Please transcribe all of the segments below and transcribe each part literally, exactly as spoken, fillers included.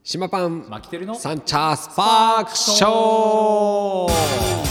島パンマキテルのサンチャースパークショー。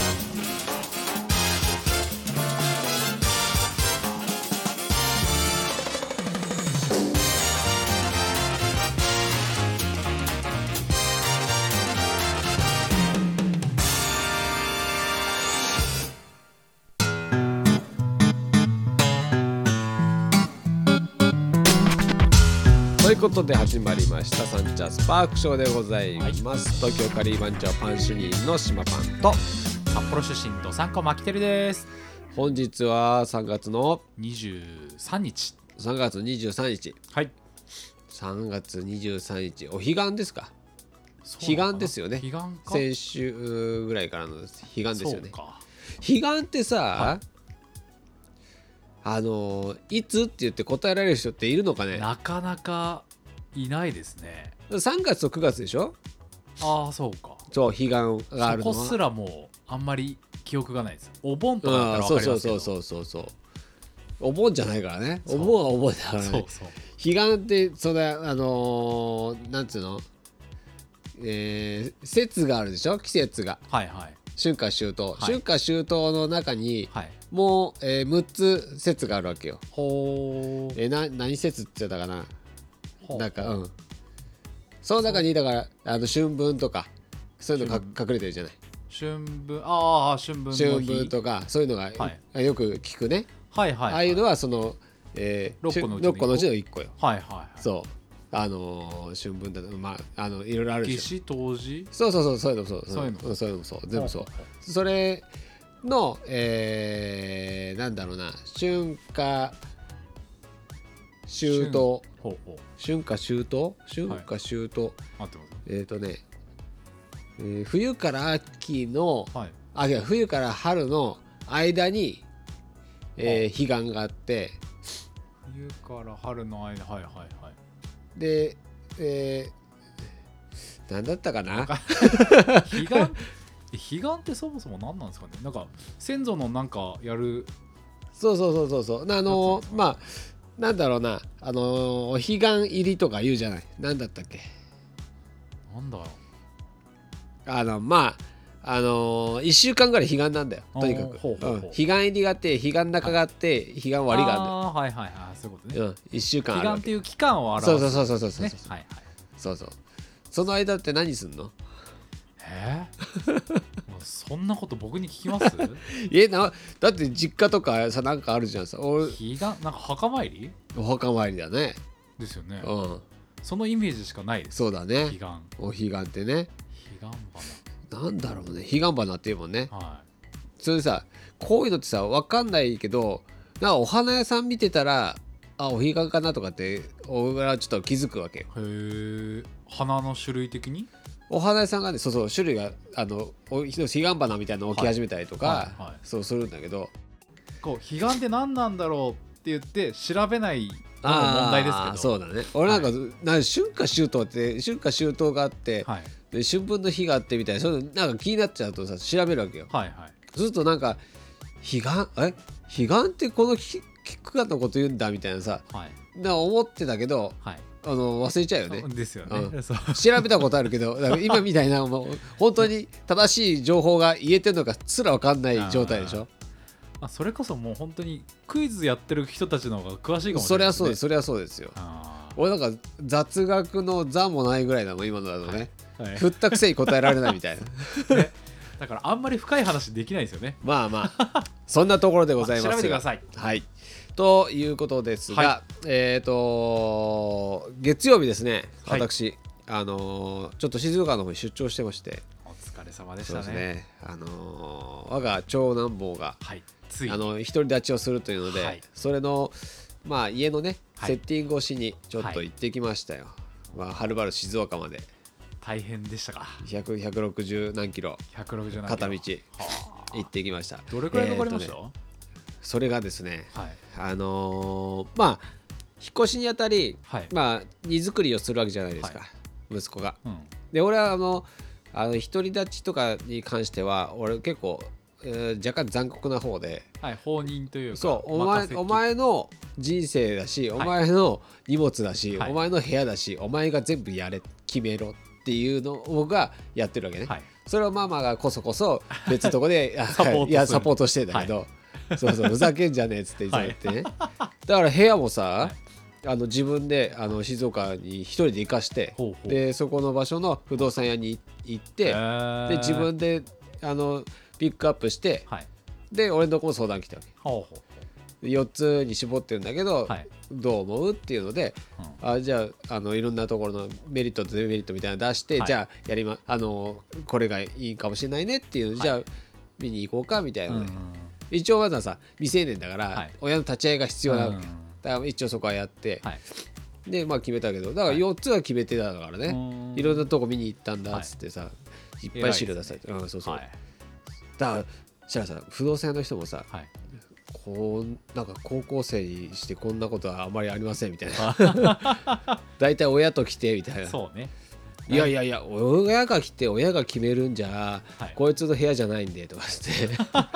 ということで始まりましたサンチャースパークショーでございます、はい、東京カリー番長パン主任の島パンと札幌出身と参考マキテルです。 本日はさんがつのにじゅうさんにちさんがつにじゅうさんにちはいさんがつにじゅうさんにちお彼岸ですか。彼岸ですよね。 彼岸か先週ぐらいからの彼岸ですよね。 そうか。 彼岸ってさ、 はい、 あのいつって言って答えられる人っているのかね。 なかなかいないですね。 さんがつとくがつでしょ。 ああそうか。 そう彼岸があるのはそこすらもうあんまり記憶がないです。お盆とかだったら分かりますけど、 そうそうそうそうそうお盆じゃないからね。お盆はお盆だからね。 そうそう彼岸ってそれあのー、なんつうの、えー、節があるでしょ。季節がはいはい春夏秋冬、 はい、 春夏秋冬の中に、 はい、 もう、えー、むっつ節があるわけよ。 ほー、 えー、な何節って言ったかな。 ほーなんかうんその中にだからあの春分とかそういうのか隠れてるじゃない。 春分、ああ春分の日、 春分とかそういうのが、はい、よく聞くね。 はいはいはい、 ああいうのはその、えー、ろっこのうちのいっこよ。 はいはい、はい、 そうあのー、春分だとまああのいろいろあるでしょ。 夏至冬至、 そうそうそうそういうのそうそういうのそういうのそう全部そう。それの、えー、なんだろうな春夏秋冬ほうほう春夏秋冬春夏秋冬、 待って待ってえっ、ー、とね、えー、冬から秋の、 はい、 あいや冬から春の間に、えー、彼岸があって冬から春の間、はいはいはいで、えー、なんだったかな彼岸彼岸ってそもそも何なんですかね。なんか先祖のなんかやるそうそうそうそうそうあのー、まあなんだろうなあのー、彼岸入りとか言うじゃない。なんだったっけ。 なんだろうあのまああのー、いっしゅうかんぐらい彼岸なんだよとにかく。 ほうほうほう、 うん、彼岸入りがあって彼岸中があって、はい、彼岸終わりがあるんだよ。 あはいはいはいそういうことね、 うん、いっしゅうかんある彼岸っていう期間を表す、 そうそうそうそうそうそう、 ね、はいはいそうそうその間って何すんの。 えー、もうそんなこと僕に聞きますえなだって実家とかさなんかあるじゃんさ。俺彼岸なんか墓参りお墓参りだね。 ですよね、 うん、 そのイメージしかないです。 そうだね。 彼岸お彼岸ってね彼岸なんだろうね。彼岸花っていうもんね。 花、はそれでさこういうのってさ分かんないけどなんかお花屋さん見てたらあお彼岸かなとかって俺はちょっと気づくわけよ。 い、へえ花の種類的にお花屋さんがねそうそう種類があのお彼岸花みたいなの置き始めたりとか、 はいはいはい、 そうするんだけどこう彼岸って何なんだろうって言って調べないのも問題ですけど。 そうだね。俺なんか、はい、なん春夏秋冬って春夏秋冬があって、はい、で春分の日があってみたいなそういうのなんか気になっちゃうとさ調べるわけよ。 はいはい、 そうするとなんか彼岸え彼岸ってこの期間のこと言うんだみたいなさ、はい、な思ってたけど、はい、あの忘れちゃうよね。 ですよね、うん、 調べたことあるけどだから今みたいなもう本当に正しい情報が言えてるのかすら分かんない状態でしょ。 あそれこそもう本当にクイズやってる人たちの方が詳しいかもしれないですね。 そりゃそうですそりゃそうですよ。俺なんか雑学の座もないぐらいだもん今のだとね、はいはい、振ったくせに答えられないみたいな、ね、 だからあんまり深い話できないですよね。 まあまあそんなところでございますが調べてください。 はいということですが、はい、えっ、ー、と月曜日ですね私、はい、あのー、ちょっと静岡の方に出張してましてお疲れ様でした ね, そうですね、あのー、我が長男坊が、はい、ついあの独り立ちをするというので、はい、それの、まあ、家のね、はい、セッティングをしにちょっと行ってきましたよ、はいまあ、はるばる静岡まで大変でしたか。 ひゃく、ひゃくろくじゅう何キロひゃくろくじゅう何キロ片道行ってきました。 どれくらいかかりました、えーね、 それがですね、はい、あのー、まあ引っ越しにあたり、はい、まあ荷造りをするわけじゃないですか、はい、息子が、うん、で俺はあのあの独り立ちとかに関しては俺結構、えー、若干残酷な方で、 はい、放任というかそうお前、お前の人生だし、はい、お前の荷物だし、はい、お前の部屋だしお前が全部やれ決めろっていうのを僕がやってるわけね、はい、それをママがこそこそ別のとこでサポいやサポートしてんだけど、はい、そうそうふざけんじゃねえっつって言ってね、はい、だから部屋もさ、はい、あの自分であの静岡に一人で行かしてほうほうでそこの場所の不動産屋に行ってで自分であのピックアップして、はい、で俺のとこも相談来たわけほうほうよっつに絞ってるんだけど、はい、どう思うっていうので、うん、あじゃあ、あのいろんなところのメリットとデメリットみたいなの出して、はい、じゃあやりまあのこれがいいかもしれないねっていうの、はい、じゃあ見に行こうかみたいなので、うん、一応まださ未成年だから、はい、親の立ち会いが必要なわけ、うん、だから一応そこはやって、はい、でまあ決めたけどだからよっつは決めてたからね、はい、いろんなとこ見に行ったんだっつってさ、はい、いっぱい資料出されて、ね、うん、そうそう、はい、だからしたらさ不動産屋の人もさ、はい、こうなんか高校生にしてこんなことはあまりありませんみたいなだいたい親と来てみたいなそうねいやいやいや親が来て親が決めるんじゃ、はい、こいつの部屋じゃないんでとかして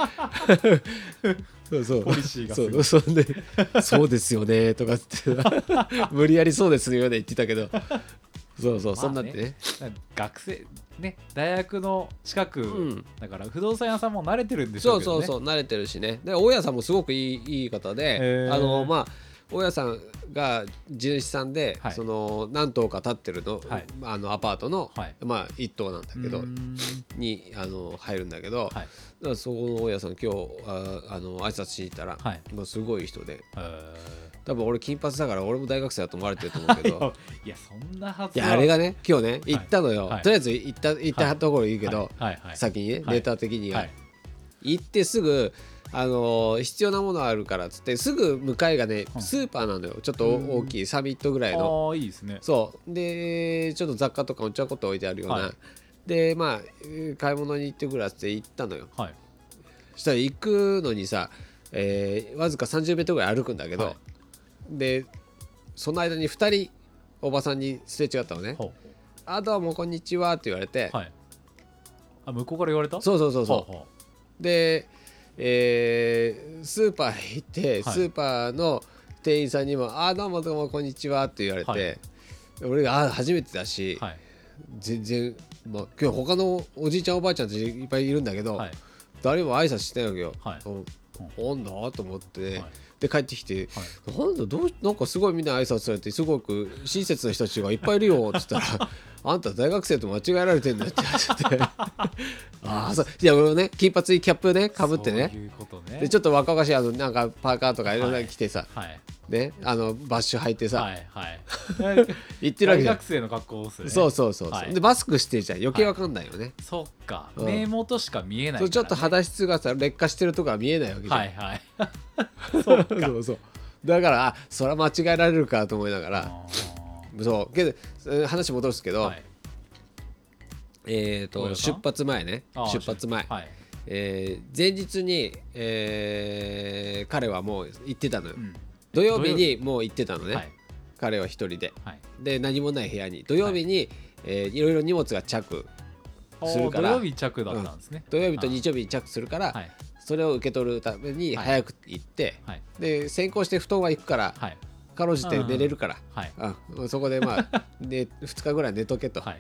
そうそうポリシーがすごいそうそうでそうですよねとかって無理やりそうですよね言ってたけどそうそう、まあね、そんなってね学生ね大学の近く、うん、だから不動産屋さんも慣れてるんでしょうけどねそうそうそう慣れてるしねで大家さんもすごくいい、いい方であのまあ大家さんが地主さんで、はい、その何棟か建ってるの、はい、あのアパートの、はい、まあ一棟なんだけどにあの入るんだけど、はい、だからそこの大家さん今日ああの挨拶しに行ったら、はい、まあ、すごい人で多分俺金髪だから俺も大学生だと思われてると思うけどいやそんなはずいやあれがね今日ね行ったのよ、はい、とりあえず行った行ったところいいけど、はいはいはい、先にね、はい、データ的には、はい、行ってすぐあのー、必要なものあるからっつってすぐ向かいがねスーパーなのよちょっと大きいサミットぐらいのあいいですねそうでちょっと雑貨とかお茶こと置いてあるような、はい、でまあ買い物に行ってくるっつって行ったのよ、はい、そしたら行くのにさ、えー、わずかさんじゅうメートルぐらい歩くんだけど、はい、でその間にふたりおばさんにすれ違ったのねあどうもこんにちはって言われて、はい、 あ向こうから言われたそうそうそうそうほうほうでえー、スーパー行って、はい、スーパーの店員さんにもあどうもどうもこんにちはって言われて、はい、俺があ初めてだし、はい、全然、まあ、今日他のおじいちゃんおばあちゃんたちいっぱいいるんだけど、はい、誰も挨拶してないわけよ、はい、なんだと思って、はい、で帰ってきて、はい、なんだどうなんかすごいみんな挨拶されてすごく親切な人たちがいっぱいいるよって言ったらあんた大学生と間違えられてんだって言われてああそういや俺もね金髪キャップねかぶってね、そういうことねでちょっと若々しいあのなんかパーカーとかいろいろ着てさ、はいはい、ねあのバッシュ履いてさ、はいはい、行ってるわけじゃん大学生の格好ですねそうそうそうそう、はい、でマスクしてるじゃん余計わかんないよね、はい、 そっか、うん、目元しか見えないから、ね、 ちょっと肌質がさ劣化してるとこは見えないわけじゃんはいはいそうかそうそうだからあそれは間違えられるかと思いながらそうけど話戻すけど、はい、えーと出発前ね出発前、はいえー、前日に、えー、彼はもう行ってたのよ、うん、土曜日にもう行ってたのね、はい、彼は一人で、はい、で何もない部屋に土曜日に、はいえー、いろいろ荷物が着するから土曜日着だったんですね、 うん、土曜日と日曜日に着するから、はい、それを受け取るために早く行って、はい、で先行して布団は行くから、はい、かろうじて寝れるから、はいうん、そこでまあでふつかぐらい寝とけと、はい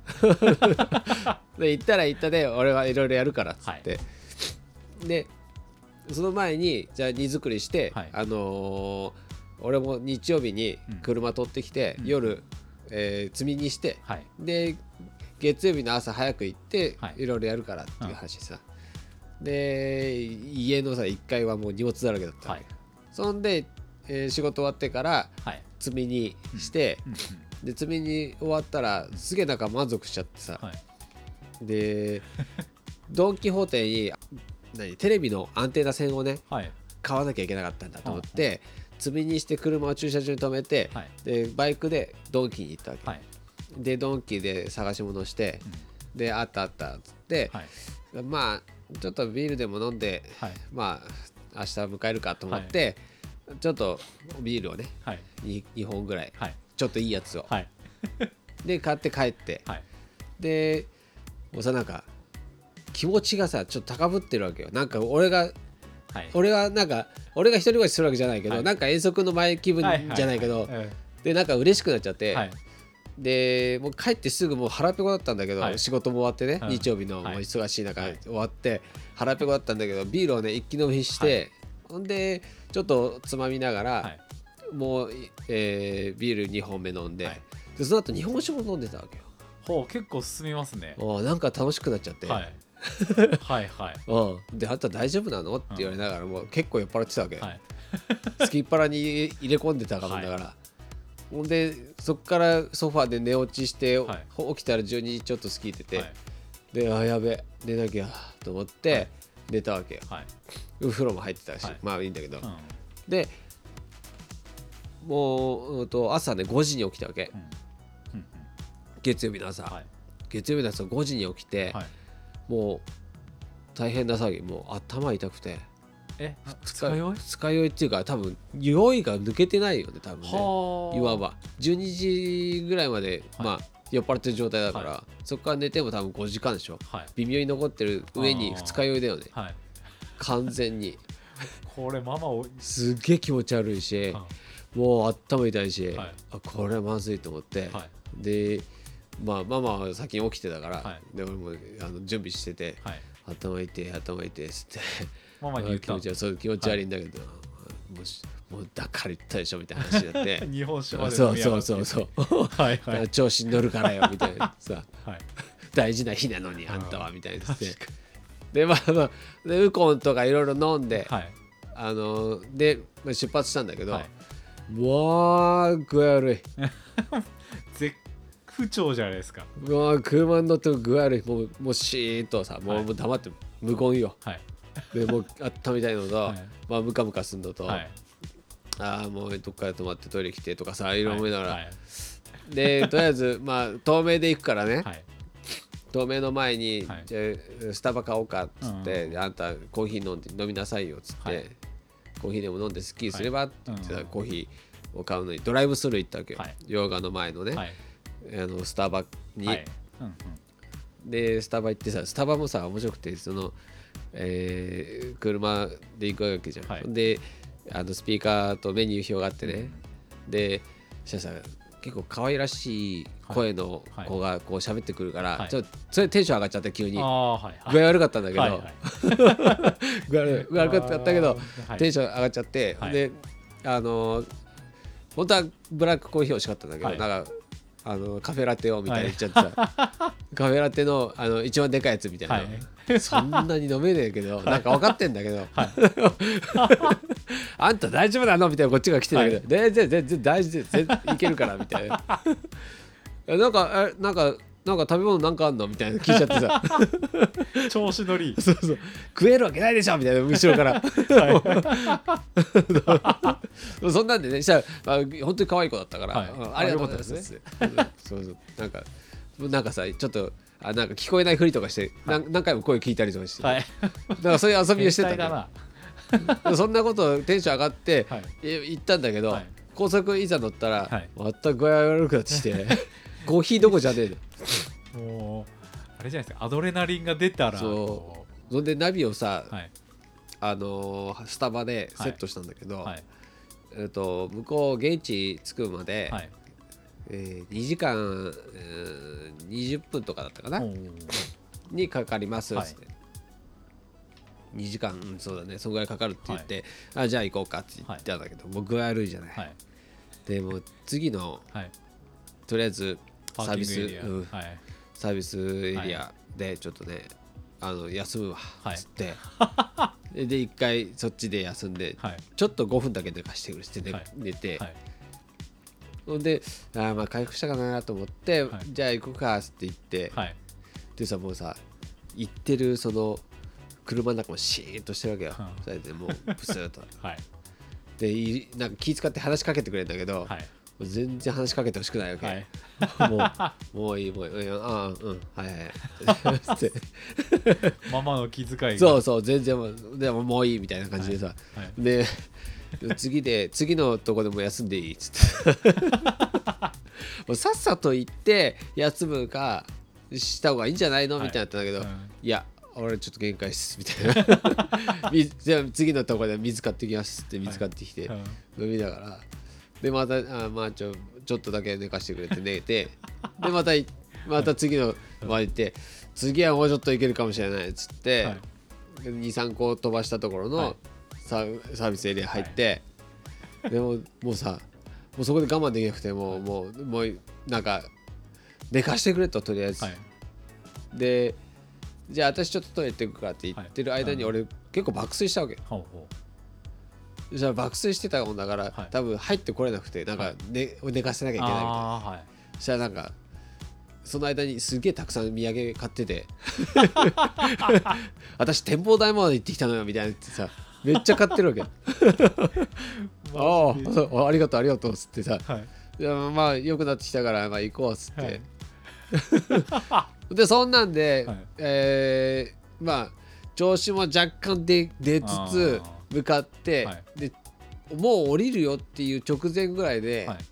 で行ったら行ったで俺はいろいろやるからっつって、はい、でその前にじゃあ荷造りして、はい、あのー、俺も日曜日に車取ってきて、うん、夜、えー、積みにして、はい、で月曜日の朝早く行って、はい、いろいろやるからっていう話さ、うん、で家のさいっかいはもう荷物だらけだった、はい、そんで、えー、仕事終わってから積みにして、はいうんうんうんで積みに終わったらすげえなんか満足しちゃってさ、はい、でドン・キホーテに何テレビのアンテナ線をね、はい、買わなきゃいけなかったんだと思って、はい、積みにして車を駐車場に止めて、はい、でバイクでドンキに行ったわけ、はい、でドンキで探し物して、うん、であったあったっつって、はい、まあちょっとビールでも飲んで、はい、まあ明日迎えるかと思って、はい、ちょっとビールをね、はい、に, にほんぐらい、はいちょっといいやつを、はい、で買って帰って、はい、でもうさなんか気持ちがさちょっと高ぶってるわけよなんか俺が、はい、俺はなんか俺が一人暮らしするわけじゃないけど、はい、なんか遠足の前気分じゃないけど、はいはいはい、でなんか嬉しくなっちゃって、はい、 でもう帰ってすぐもう腹ペコだったんだけど、はい、仕事も終わってね、うん、日曜日のもう忙しい中、はい、終わって腹ペコだったんだけどビールをね一気飲みして、はい、ほんでちょっとつまみながら、はい、もう、えー、ビールにほんめ飲んで、はい、でその後日本酒も飲んでたわけよ。 ほう結構進みますね。 おなんか楽しくなっちゃって、はいはいはい、 うん、であんた大丈夫なのって言われながらもう結構酔っ払ってたわけ、はい、スキッパラに入れ込んでたかもんだから、はい、ほんでそっからソファーで寝落ちして、はい、起きたらじゅうにじちょっと過ぎてて、はい、であやべ寝なきゃと思って寝たわけよ、はい、お風呂も入ってたし、はい、まあいいんだけど、うん、でもう、うん、と朝ねごじに起きたわけ、うんうん、月曜日の朝、はい、月曜日の朝ごじに起きて、はい、もう大変な騒ぎ、もう頭痛くて、 え二日酔い二日酔いっていうか多分酔いが抜けてないよね多分ね、いわばじゅうにじぐらいまで、はい、まあ酔っ払ってる状態だから、はい、そこから寝ても多分ごじかんでしょ、はい、微妙に残ってる上に二日酔いだよね、はい、完全にこれママをすっげえ気持ち悪いし、はい、もう頭痛いし、はい、あこれはまずいと思って、はい、でまあママは先に起きてたから、はい、で俺もあの準備してて、はい、頭痛い頭痛いっつってママに言った。 気持ち悪い、そう気持ち悪いんだけど、はい、もう、もうだから言ったでしょみたいな話になって日本酒までそうそうそうそうはい、はい、調子に乗るからよみたいなさ、はい、大事な日なのにあんたはみたいなってでまあまあでウコンとかいろいろ飲んで、はい、あので出発したんだけど、はい、もう具合悪い絶不調じゃないですか。 もう車に乗って具合悪い、もうもうシーンとさ、もう、はい、もう黙って無言よ、はい、でもう温めたいのと、はい、まあムカムカするのと、はい、ああもうどっかで泊まってトイレ来てとかさいろいろ思いながら、はいはい、でとりあえずまあ東名で行くからね、はい、東名の前に、はい、じゃスタバ買おうかっつって、うん、あんたコーヒー飲んで飲みなさいよっつって、はい、コーヒーでも飲んでスッキリすればって言ってた、はい、コーヒーを買うのにドライブスルー行ったわけよ、はい、洋画の前のね、はい、あのスタバに、はい、うんうん、でスタバ行ってさ、スタバもさ面白くて、その、えー、車で行くわけじゃん、はい、であのスピーカーとメニュー表があってね、うん、でそしたらさ結構可愛らしい声の子がこう喋ってくるから、はい、ちょっとそれテンション上がっちゃって急に、はい、具合悪かったんだけど、はいはい、具合悪かったけど、はい、テンション上がっちゃって、はい、であのー、本当はブラックコーヒー欲しかったんだけど、はい、なんかあのカフェラテをみたいに言っちゃってさ、はい、カフェラテ の, あの一番でかいやつみたいな、はい、そんなに飲めねえけど、はい、なんか分かってんだけど、はい、あんた大丈夫なのみたいなこっちが来てるけど、はい、全然全然大丈夫全然いけるからみたいななんかえなんかなんか食べ物なんかあんのみたいな聞いちゃってさ調子乗りそうそう食えるわけないでしょみたいな後ろから、はい、そんなんでねしたら、まあ、本当に可愛い子だったから、はい、ありがとうございます、ね、そうそうなんかなんかさちょっとあなんか聞こえないふりとかして、はい、何回も声聞いたりとかして、はい、だからそういう遊びをしてたんだそんなことテンション上がって、はい、行ったんだけど、はい、高速いざ乗ったら、はい、また具合悪くなってきてコーヒーどこじゃねえのもうあれじゃないですか、アドレナリンが出たらそうそんでナビをさ、はい、あのー、スタバでセットしたんだけど、はいはい、えー、と向こう現地着くまで、はい、えー、にじかん、えー、にじゅっぷんとかだったかなにかかりますっつって、はい、にじかん、うん、そうだねそのぐらいかかるって言って、はい、あじゃあ行こうかって言ってたんだけど、はい、もう具合悪いじゃない、はい、でもう次の、はい、とりあえずサービス、うん、はい、サービスエリアでちょっとね、はい、あの休むわっつって、はい、で一回そっちで休んで、はい、ちょっとごふんだけ寝かしてくれて、ね、はい、寝て、はい、ほんであまあ回復したかなと思って、はい、じゃあ行こうかって言って、はい、でさもうさ行ってるその車の中もシーンとしてるわけよ、はい、それでもうプスッと、はい、でなんか気遣って話しかけてくれるんだけど、はい、全然話しかけてほしくないわけ、はい、もうもういいもういい、ああうんはいはいママの気遣いがそうそう全然もうでももういいみたいな感じでさ、はいはい、で次で次のとこでも休んでいいっつってもうさっさと行って休むかした方がいいんじゃないのみたいになったんだけど、はい、うん、いや俺ちょっと限界っすみたいなじゃあ次のとこで水買ってきますって水買ってきて、はい、飲みながらでまたあまあちょちょっとだけ寝かしてくれて寝てでまたまた次の場行って、次はもうちょっといけるかもしれないっつって、はい、にさんこ飛ばしたところのサー、はい、サービスエリア入って、はい、でももうさもうそこで我慢できなくてもうもうもうなんか寝かしてくれととりあえず、はい、でじゃあ私ちょっとトイレ行ってくからって言ってる間に俺、はい、結構爆睡したわけ。ほうほう。じゃあ爆睡してたもんだから、はい、多分入ってこれなくてなんか寝、はい、寝かせなきゃいけないみたいな、はい、そしたらなんかその間にすげえたくさん土産買ってて私展望台まで行ってきたのよみたいなってさめっちゃ買ってるわけああありがとうありがとうっつってさ、はい、まあ良くなってきたからまあ行こうっつって、はい、でそんなんで、はい、えー、まあ調子も若干出つつ向かって、はい、でもう降りるよっていう直前ぐらいで、はい、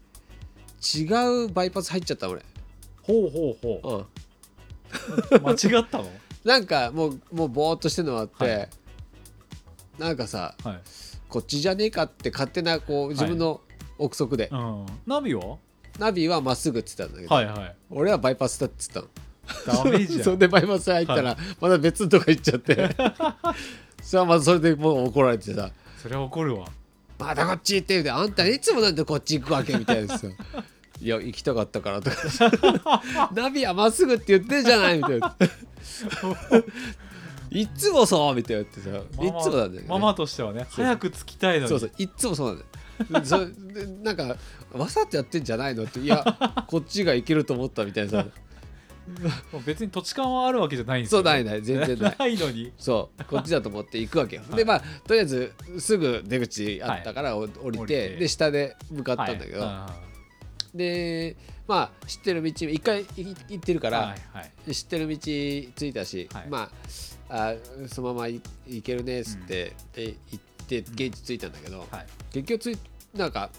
違うバイパス入っちゃった俺。 ほうほうほう、うん、間違ったのなんかもうもうぼーっとしてるのがあって、はい、なんかさ、はい、こっちじゃねえかって勝手なこう自分の憶測で、 はい、うん、ナビはナビはまっすぐっつったんだけど、 はいはい、 俺はバイパスだっつったの。 ダメじゃんそれでバイパス入ったらまだ別のとこ行っちゃってそれはまずそれでもう怒られてさ、 それは怒るわ、 またこっち行ってみたいな、あんたいつもなんでこっち行くわけみたいなさいや行きたかったからとかナビはまっすぐって言ってるじゃないみたいないつもそうみたいなってさ、いつもなんだよね、 ママとしてはね早く着きたいのに、 そうそういつもそうなんだよそでなんかわざとやってんじゃないのって、いやこっちが行けると思ったみたいなさ別に土地勘はあるわけじゃないんですよ、ね、 そうないない全然ないないのにそうこっちだと思って行くわけよ、はい、でまあとりあえずすぐ出口あったから降りて、はい、降りてで下で向かったんだけど、はい、でまあ知ってる道一回行ってるから、はいはい、知ってる道着いたし、はい、まあ、あそのまま行けるねっつって、うん、で行って現地着いたんだけど、うん、はい、結局ついなんか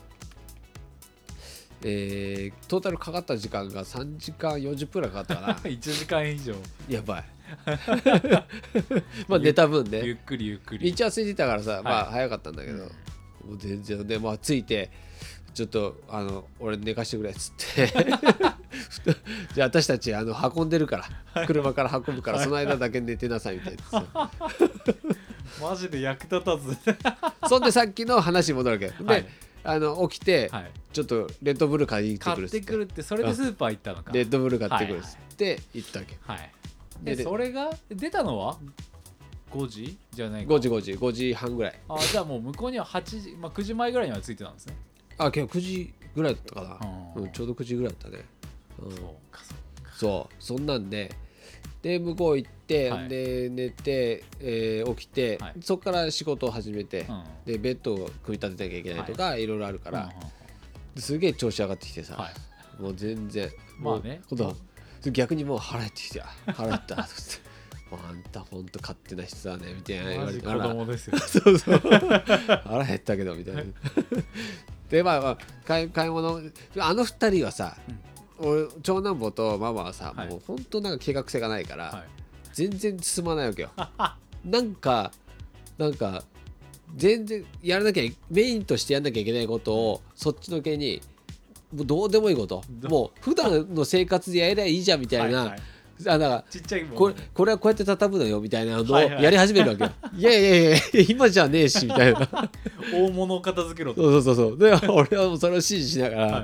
えー、トータルかかった時間がさんじかんよんじゅっぷんくらいかかったかないちじかん以上やばいまあ寝た分ねゆっくりゆっくり道は空いてたからさ、はい、まあ早かったんだけど、うん、もう全然でまあ着いてちょっとあの俺寝かしてくれっつってじゃあ私たちあの運んでるから、はい、車から運ぶから、はい、その間だけ寝てなさいみたいなマジで役立たずそんでさっきの話に戻るわけで、はい、あの起きて、はい、ちょっとレッドブル買いに行ってくるっ買ってくるって、それでスーパー行ったのか、 レッドブル買ってくるっつって行ったわけ、 はいはい、で, でそれが出たのはごじじゃないか、 ごじごじごじはんぐらい、 あじゃあもう向こうにははちじ、まあ、くじまえぐらいには着いてたんですね。 あ結構くじぐらいだったかな、うん、ちょうどくじぐらいだったね、うん、そうかそうかそうそんなんでで向こう行って、はい、で寝て、えー、起きて、はい、そこから仕事を始めて、うん、でベッドを組み立てなきゃいけないとか、はい、いろいろあるから、うん、すげえ調子上がってきてさ、はい、もう全然まあね逆にもう腹減ってきて腹減ったと思ってあんたほんと勝手な人だねみたいな言われて、 マジ子供ですよそうそう腹減ったけどみたいなでまあ、まあ、買い、買い物あの二人はさ、うん、俺長男坊とママはさ、はい、もうほんとなんか計画性がないから、はい、全然進まないわけよなんかなんか全然やらなきゃメインとしてやんなきゃいけないことをそっちのけにもうどうでもいいこともう普段の生活でやればいいじゃんみたいなはい、はい、あだからちっちゃいこれ、これはこうやって畳むのよみたいなのをやり始めるわけよ、はいはい、いやいやいや今じゃねえしみたいな大物を片付けろとそうそうそうそうで俺はもうそれを指示しながら、はい、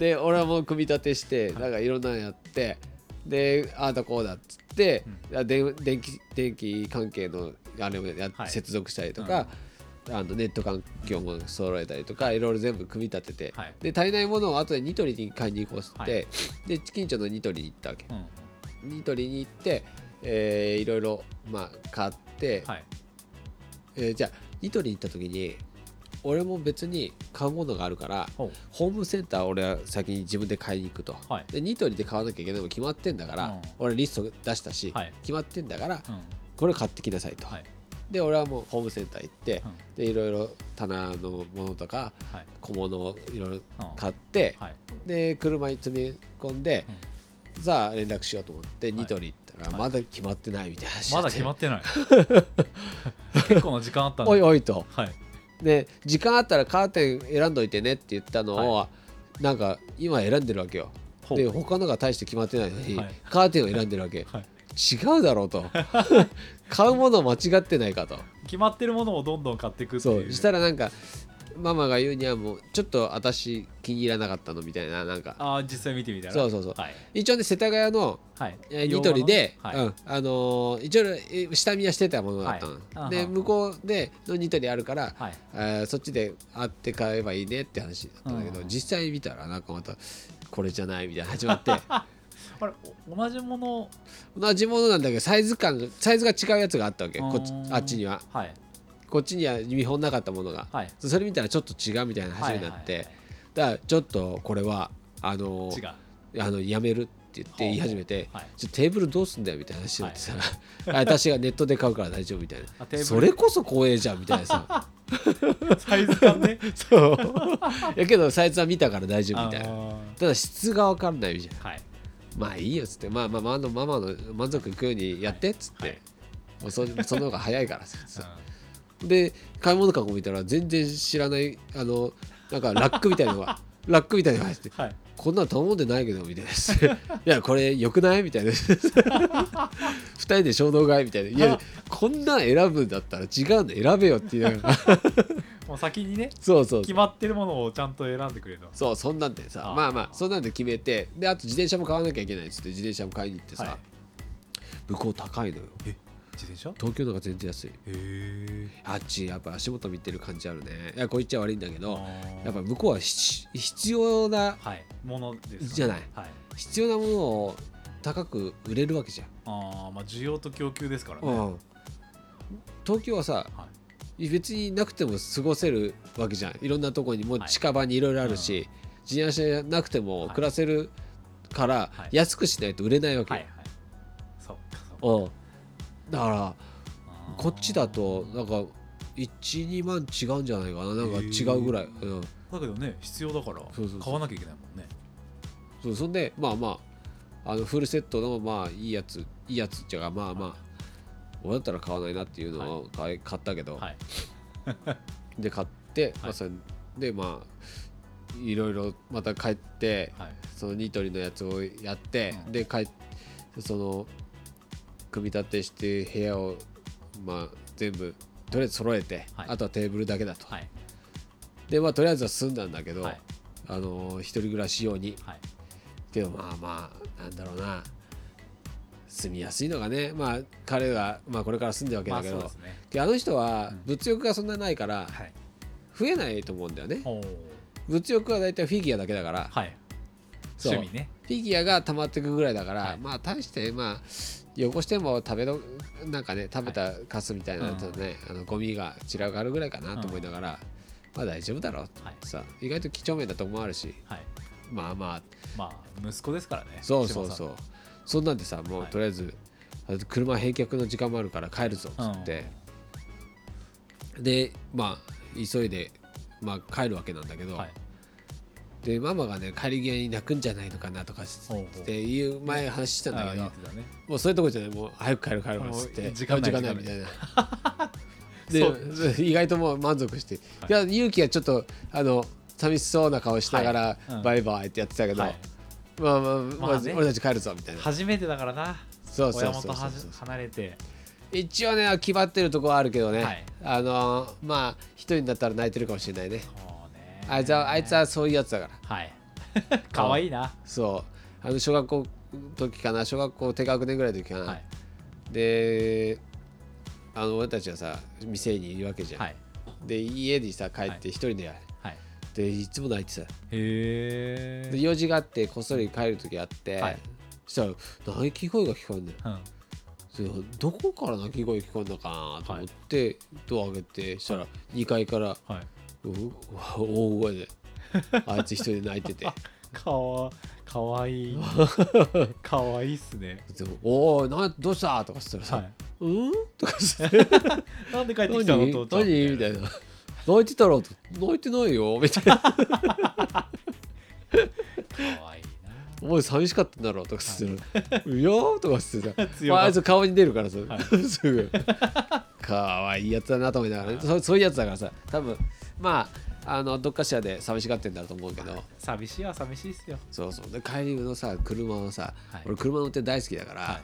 で俺はもう組み立てしてなんかいろんなのやってでああだこうだっつって、うん、で電気電気関係のあれをや、はい、接続したりとか、うん、あのネット環境も揃えたりとかいろいろ全部組み立てて、はい、で足りないものを後でニトリに買いに行こうって、はい、で近所のニトリに行ったわけ、うん、ニトリに行って、えー、いろいろ、まあ、買って、はいえー、じゃあニトリに行った時に俺も別に買うものがあるからホームセンター俺は先に自分で買いに行くと、はい、でニトリで買わなきゃいけないのも決まってんだから、うん、俺リスト出したし、はい、決まってんだから、うん、これ買ってきなさいと、はい、で俺はもうホームセンター行って、うん、でいろいろ棚のものとか、はい、小物をいろいろ買って、うんはい、で車に積み込んで、うん、さあ連絡しようと思ってニトリ行ったらまだ決まってないみたいな話、 まだ決まってない結構な時間あったんだおいおいと、 はいで時間あったらカーテン選んどいてねって言ったのを、 はなんか今選んでるわけよ。 ほうで他のが大して決まってないのに、 はいカーテンを選んでるわけ、 はい違うだろうと買うもの間違ってないかと。 決まってるものをどんどん買っていくってそいううしたらなんかママが言うにはもうちょっと私気に入らなかったのみたいな、なんかああ実際見てみたらそうそうそう、 はい一応ね世田谷のはいえーニトリで、 洋画のねうんあのー一応えー下見はしてたものだったの、 はいあはで向こうでのニトリあるから、 はいえーそっちで会って買えばいいねって話だったんだけど、 うん実際見たらなんかまたこれじゃないみたいな始まってあれお同じもの同じものなんだけどサイズ感サイズが違うやつがあったわけ、こっちうんあっちにははいこっちには見本なかったものが、 はいそれ見たらちょっと違うみたいな話になって、 はいはいだからちょっとこれはあの違うあのやめるって言って言い始めて、 はいちょテーブルどうすんだよみたいな話になってさ、あ私がネットで買うから大丈夫みたいあテーブルな、それこそ光栄じゃんみたいなさサイズ感ねそうやけどサイズは見たから大丈夫みたいな、 あただ質が分かんないじゃん、 ーはいまあいいよっつって、まあまあママのママの満足いくようにやってっつって、 はいもうそその方が早いからさうで買い物かご見たら全然知らないあのなんかラックみたいなのがラックみたいなのが入ってて、 んはいこんなの頼んでないけどみたいないやこれよくないみたいなふたりで衝動買いみたいないやこんなん選ぶんだったら違うの選べよっていうもう先にねそうそう決まってるものをちゃんと選んでくれるのそうそんなんでさあーまあまあそんなんで決めてであと自転車も買わなきゃいけないっつって自転車も買いに行ってさ、 はい向こう高いのよえ自転車へ東京の方が全然安いえあっちやっぱ足元見てる感じあるねいやこう言っちゃ悪いんだけどやっぱ向こうはひ必要なはいものですかねじゃないはい必要なものを高く売れるわけじゃん、 ああまあ需要と供給ですからねうん、東京はさ、 は別になくても過ごせるわけじゃんいろんなとこにもうはい近場にいろいろあるし、自転車なくても暮らせるからはい安くしないと売れないわけよ、 はいはいそっかそっかうん、だからあーこっちだとなんかいち、にまん違うんじゃないかななんか違うぐらい、うん、 だけどね必要だからそうそうそう買わなきゃいけないもんねそうそんでまあまああのフルセットのまあいいやついいやつっていうかまあまあ俺だったら買わないなっていうのを買い買ったけど、 はいで買って、まあ、それでまあいろいろまた帰ってはいそのニトリのやつをやって、 うんで帰ってその組み立てして部屋をまあ全部とりあえず揃えて、 はいあとはテーブルだけだと、 はいでまあとりあえずは済んだんだけど、 はいあの一人暮らし用にはいけどまあまあなんだろうな住みやすいのがねまあ彼が、まあ、これから住んでるわけまあだけど、 そうですねであの人は物欲がそんなないからはい増えないと思うんだよね。 おー物欲はだいたいフィギュアだけだから、 はいそう趣味ねフィギュアが溜まっていくぐらいだから、 はいまあ大してまあ汚しても食べのなんかね食べたカスみたいなやつね、あのゴミが散らがるぐらいかなと思いながら、まあ大丈夫だろうってはいさ、意外と几帳面だと思われるしはいまあまあまあ息子ですからねそうそうそうそんなんでさもうはいとりあえず、あ車返却の時間もあるから帰るぞっつって、でまあ急いで、まあ、帰るわけなんだけど、 はいでママがね帰り際に泣くんじゃないのかなとかほうほうっていう前話してたんだけどあー言ってたねもうそういうとこじゃないもう早く帰る帰るっつってもう時間ない時間ないみたいなそうで意外ともう満足して、 はいいや勇気はちょっとあの寂しそうな顔しながら、 はいうんバイバイってやってたけど、 はいまあまあ、 まあね俺たち帰るぞみたいな初めてだからなそうそう親元そうそうはじ離れて一応ね決まってるとこはあるけどね、 はいあのまあ一人だったら泣いてるかもしれないねそうねあいつはあいつはそういうやつだからはい可愛いなそうあの小学校の時かな小学校低学年ぐらいの時かな、 はいであの俺たちはさ店にいるわけじゃん、 はいで家にさ帰って一人でやる、 はいでいつも泣いてさへえで用事があってこっそり帰る時あって、 はいそしたら泣き声が聞こえるんだようんそれどこから泣き声聞こえるのかなと思って、ドア開けてしたらにかいからはいう大声であいつ一人で泣いててかわかわいいかわいいっすねでもおおなどうしたとかしたらさ、 はいうんとかしてなんで帰ってきたの何父ちゃん何みたいな泣いてたろと泣いてないよみたいなかわいいお前寂しかったんだろうとかしてる、い、やーとかしてさ強がまあ、あいつ顔に出るからさ、 はいすぐかわいいやつだなと思いながら、ね、そ, そういうやつだからさ多分まああのどっかしらで寂しがってんだろうと思うけど、 寂しいは寂しいっすよ。 そうそうで帰りのさ車をさ、はい、俺車の運転大好きだから、はい、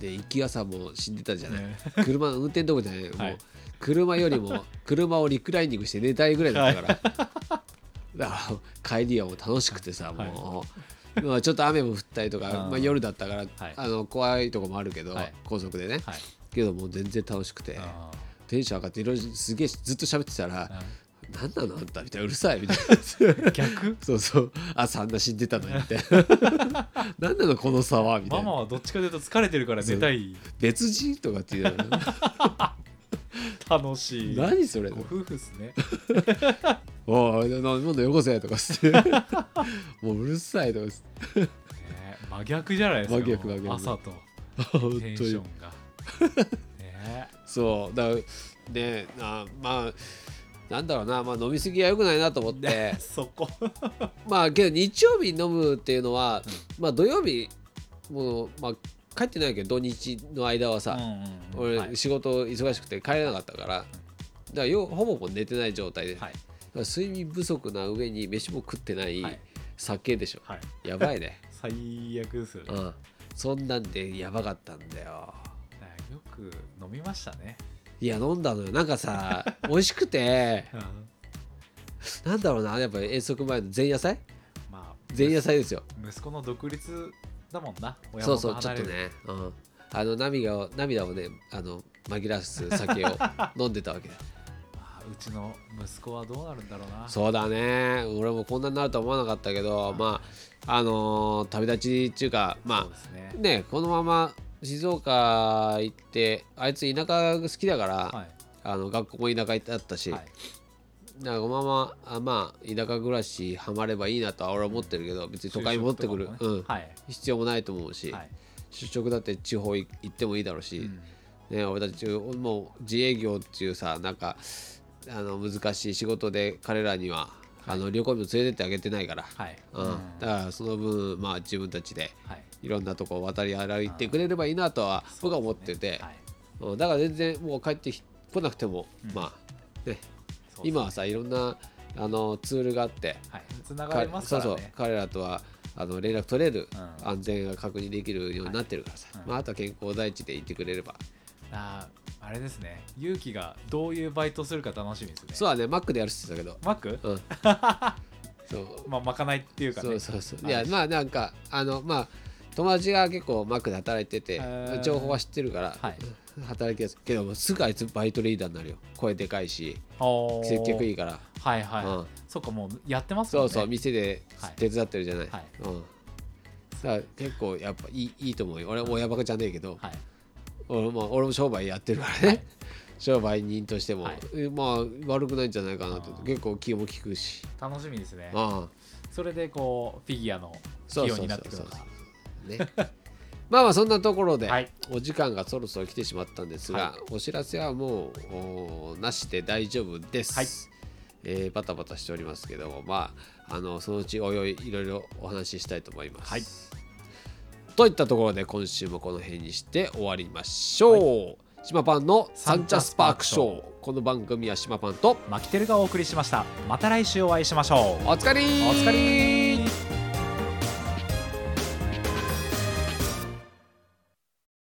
で行きはさもう死んでたじゃない、ね、車の運転どころじゃない、はい、もう車よりも車をリクライニングして寝たいぐらいだったから、はい、だから帰りはもう楽しくてさ、はい、もう、まあ、ちょっと雨も降ったりとか、まあ、夜だったから、はい、あの怖いとこもあるけど、はい、高速でね、はい、けどもう全然楽しくてテンション上がっていろいろすげえずっと喋ってたら、何なのあんたみたいなうるさいみたいな逆そうそう朝あんな死んでたのにみたいな何なのこの差はみたいな。 ママはどっちかというと疲れてるから寝たい別人とかって言うの楽しい。 何それご夫婦っすねおい今度よこせとかしてもううるさいとかして、ね、 真逆じゃないですか。 真逆真逆朝とテンションがね、そうだからねあまあなんだろうな、まあ、飲みすぎは良くないなと思ってそこまあけど日曜日に飲むっていうのは、うん、まあ土曜日もう、まあ、帰ってないけど土日の間はさ、うんうんうん、俺仕事忙しくて帰れなかったから、はい、だからよほぼもう寝てない状態で、はい、睡眠不足な上に飯も食ってない酒でしょ、はい、やばいね最悪ですよね、 うん、そんなんでやばかったんだよ。 よく飲みましたね。 いや飲んだのよなんかさ美味しくて、うん、なんだろうなやっぱり遠足前の前夜祭、まあ、前夜祭ですよ。 息子の独立だもんな。親そうそうちょっとね、うん、あの涙を涙をねあの紛らわす酒を飲んでたわけだうちの息子はどうなるんだろうな。 そうだね俺もこんなになるとは思わなかったけど、まああのー、旅立ちっていうかまあね、ねこのまま静岡行ってあいつ田舎好きだから、はい、あの学校も田舎だったし、はい、だからこのままあまあ田舎暮らしハマればいいなとは俺は思ってるけど別に都会に戻ってくる、ねうんはい、必要もないと思うし、はい、出張だって地方行ってもいいだろうし、うんね、俺たちもう自営業っていうさなんかあの難しい仕事で彼らにはあの旅行にも連れてってあげてないから、はいうん、だからその分まあ自分たちでいろんなとこ渡り歩いてくれればいいなとは僕は思ってて、ねはいうん、だから全然もう帰って来なくても、うん、まあね今はさいろんなあのツールがあって、はい、 つながりますからね。 そうそう彼らとはあの連絡取れる、うん、安全が確認できるようになってるからさ、はいうんまあ、あとは健康第一でいてくれればああれですね勇気がどういうバイトするか楽しみですね。 そうだねマックでやるって言ってたけどマックうんそうまあまかないっていうかねそうそうそういやまあなんかあのまあ友達が結構マックで働いてて情報は知ってるから、はい、働きやすいけどすぐあいつバイトリーダーになるよ。声でかいし接客いいからはいはい、うん、そっかもうやってますもんね。 そうそう店で手伝ってるじゃない、はいうん、だから結構やっぱいい、いいと思うよ。俺も親バカじゃねえけど、はい俺も俺も商売やってるからね、はい、商売人としても、はい、まあ悪くないんじゃないかなと結構気も利くし楽しみですね。ああそれでこうフィギュアの起用になってくるのかねまあまあそんなところで、はい、お時間がそろそろ来てしまったんですが、はい、お知らせはもうなしで大丈夫です、はいえー、バタバタしておりますけどもまああのそのうちおいおいいろいろお話ししたいと思います、はいといったところで今週もこの辺にして終わりましょう、はい、島パンのサンチャスパークショー。この番組は島パンとマキテルがお送りしました。また来週お会いしましょう。 おつかりーおつかりー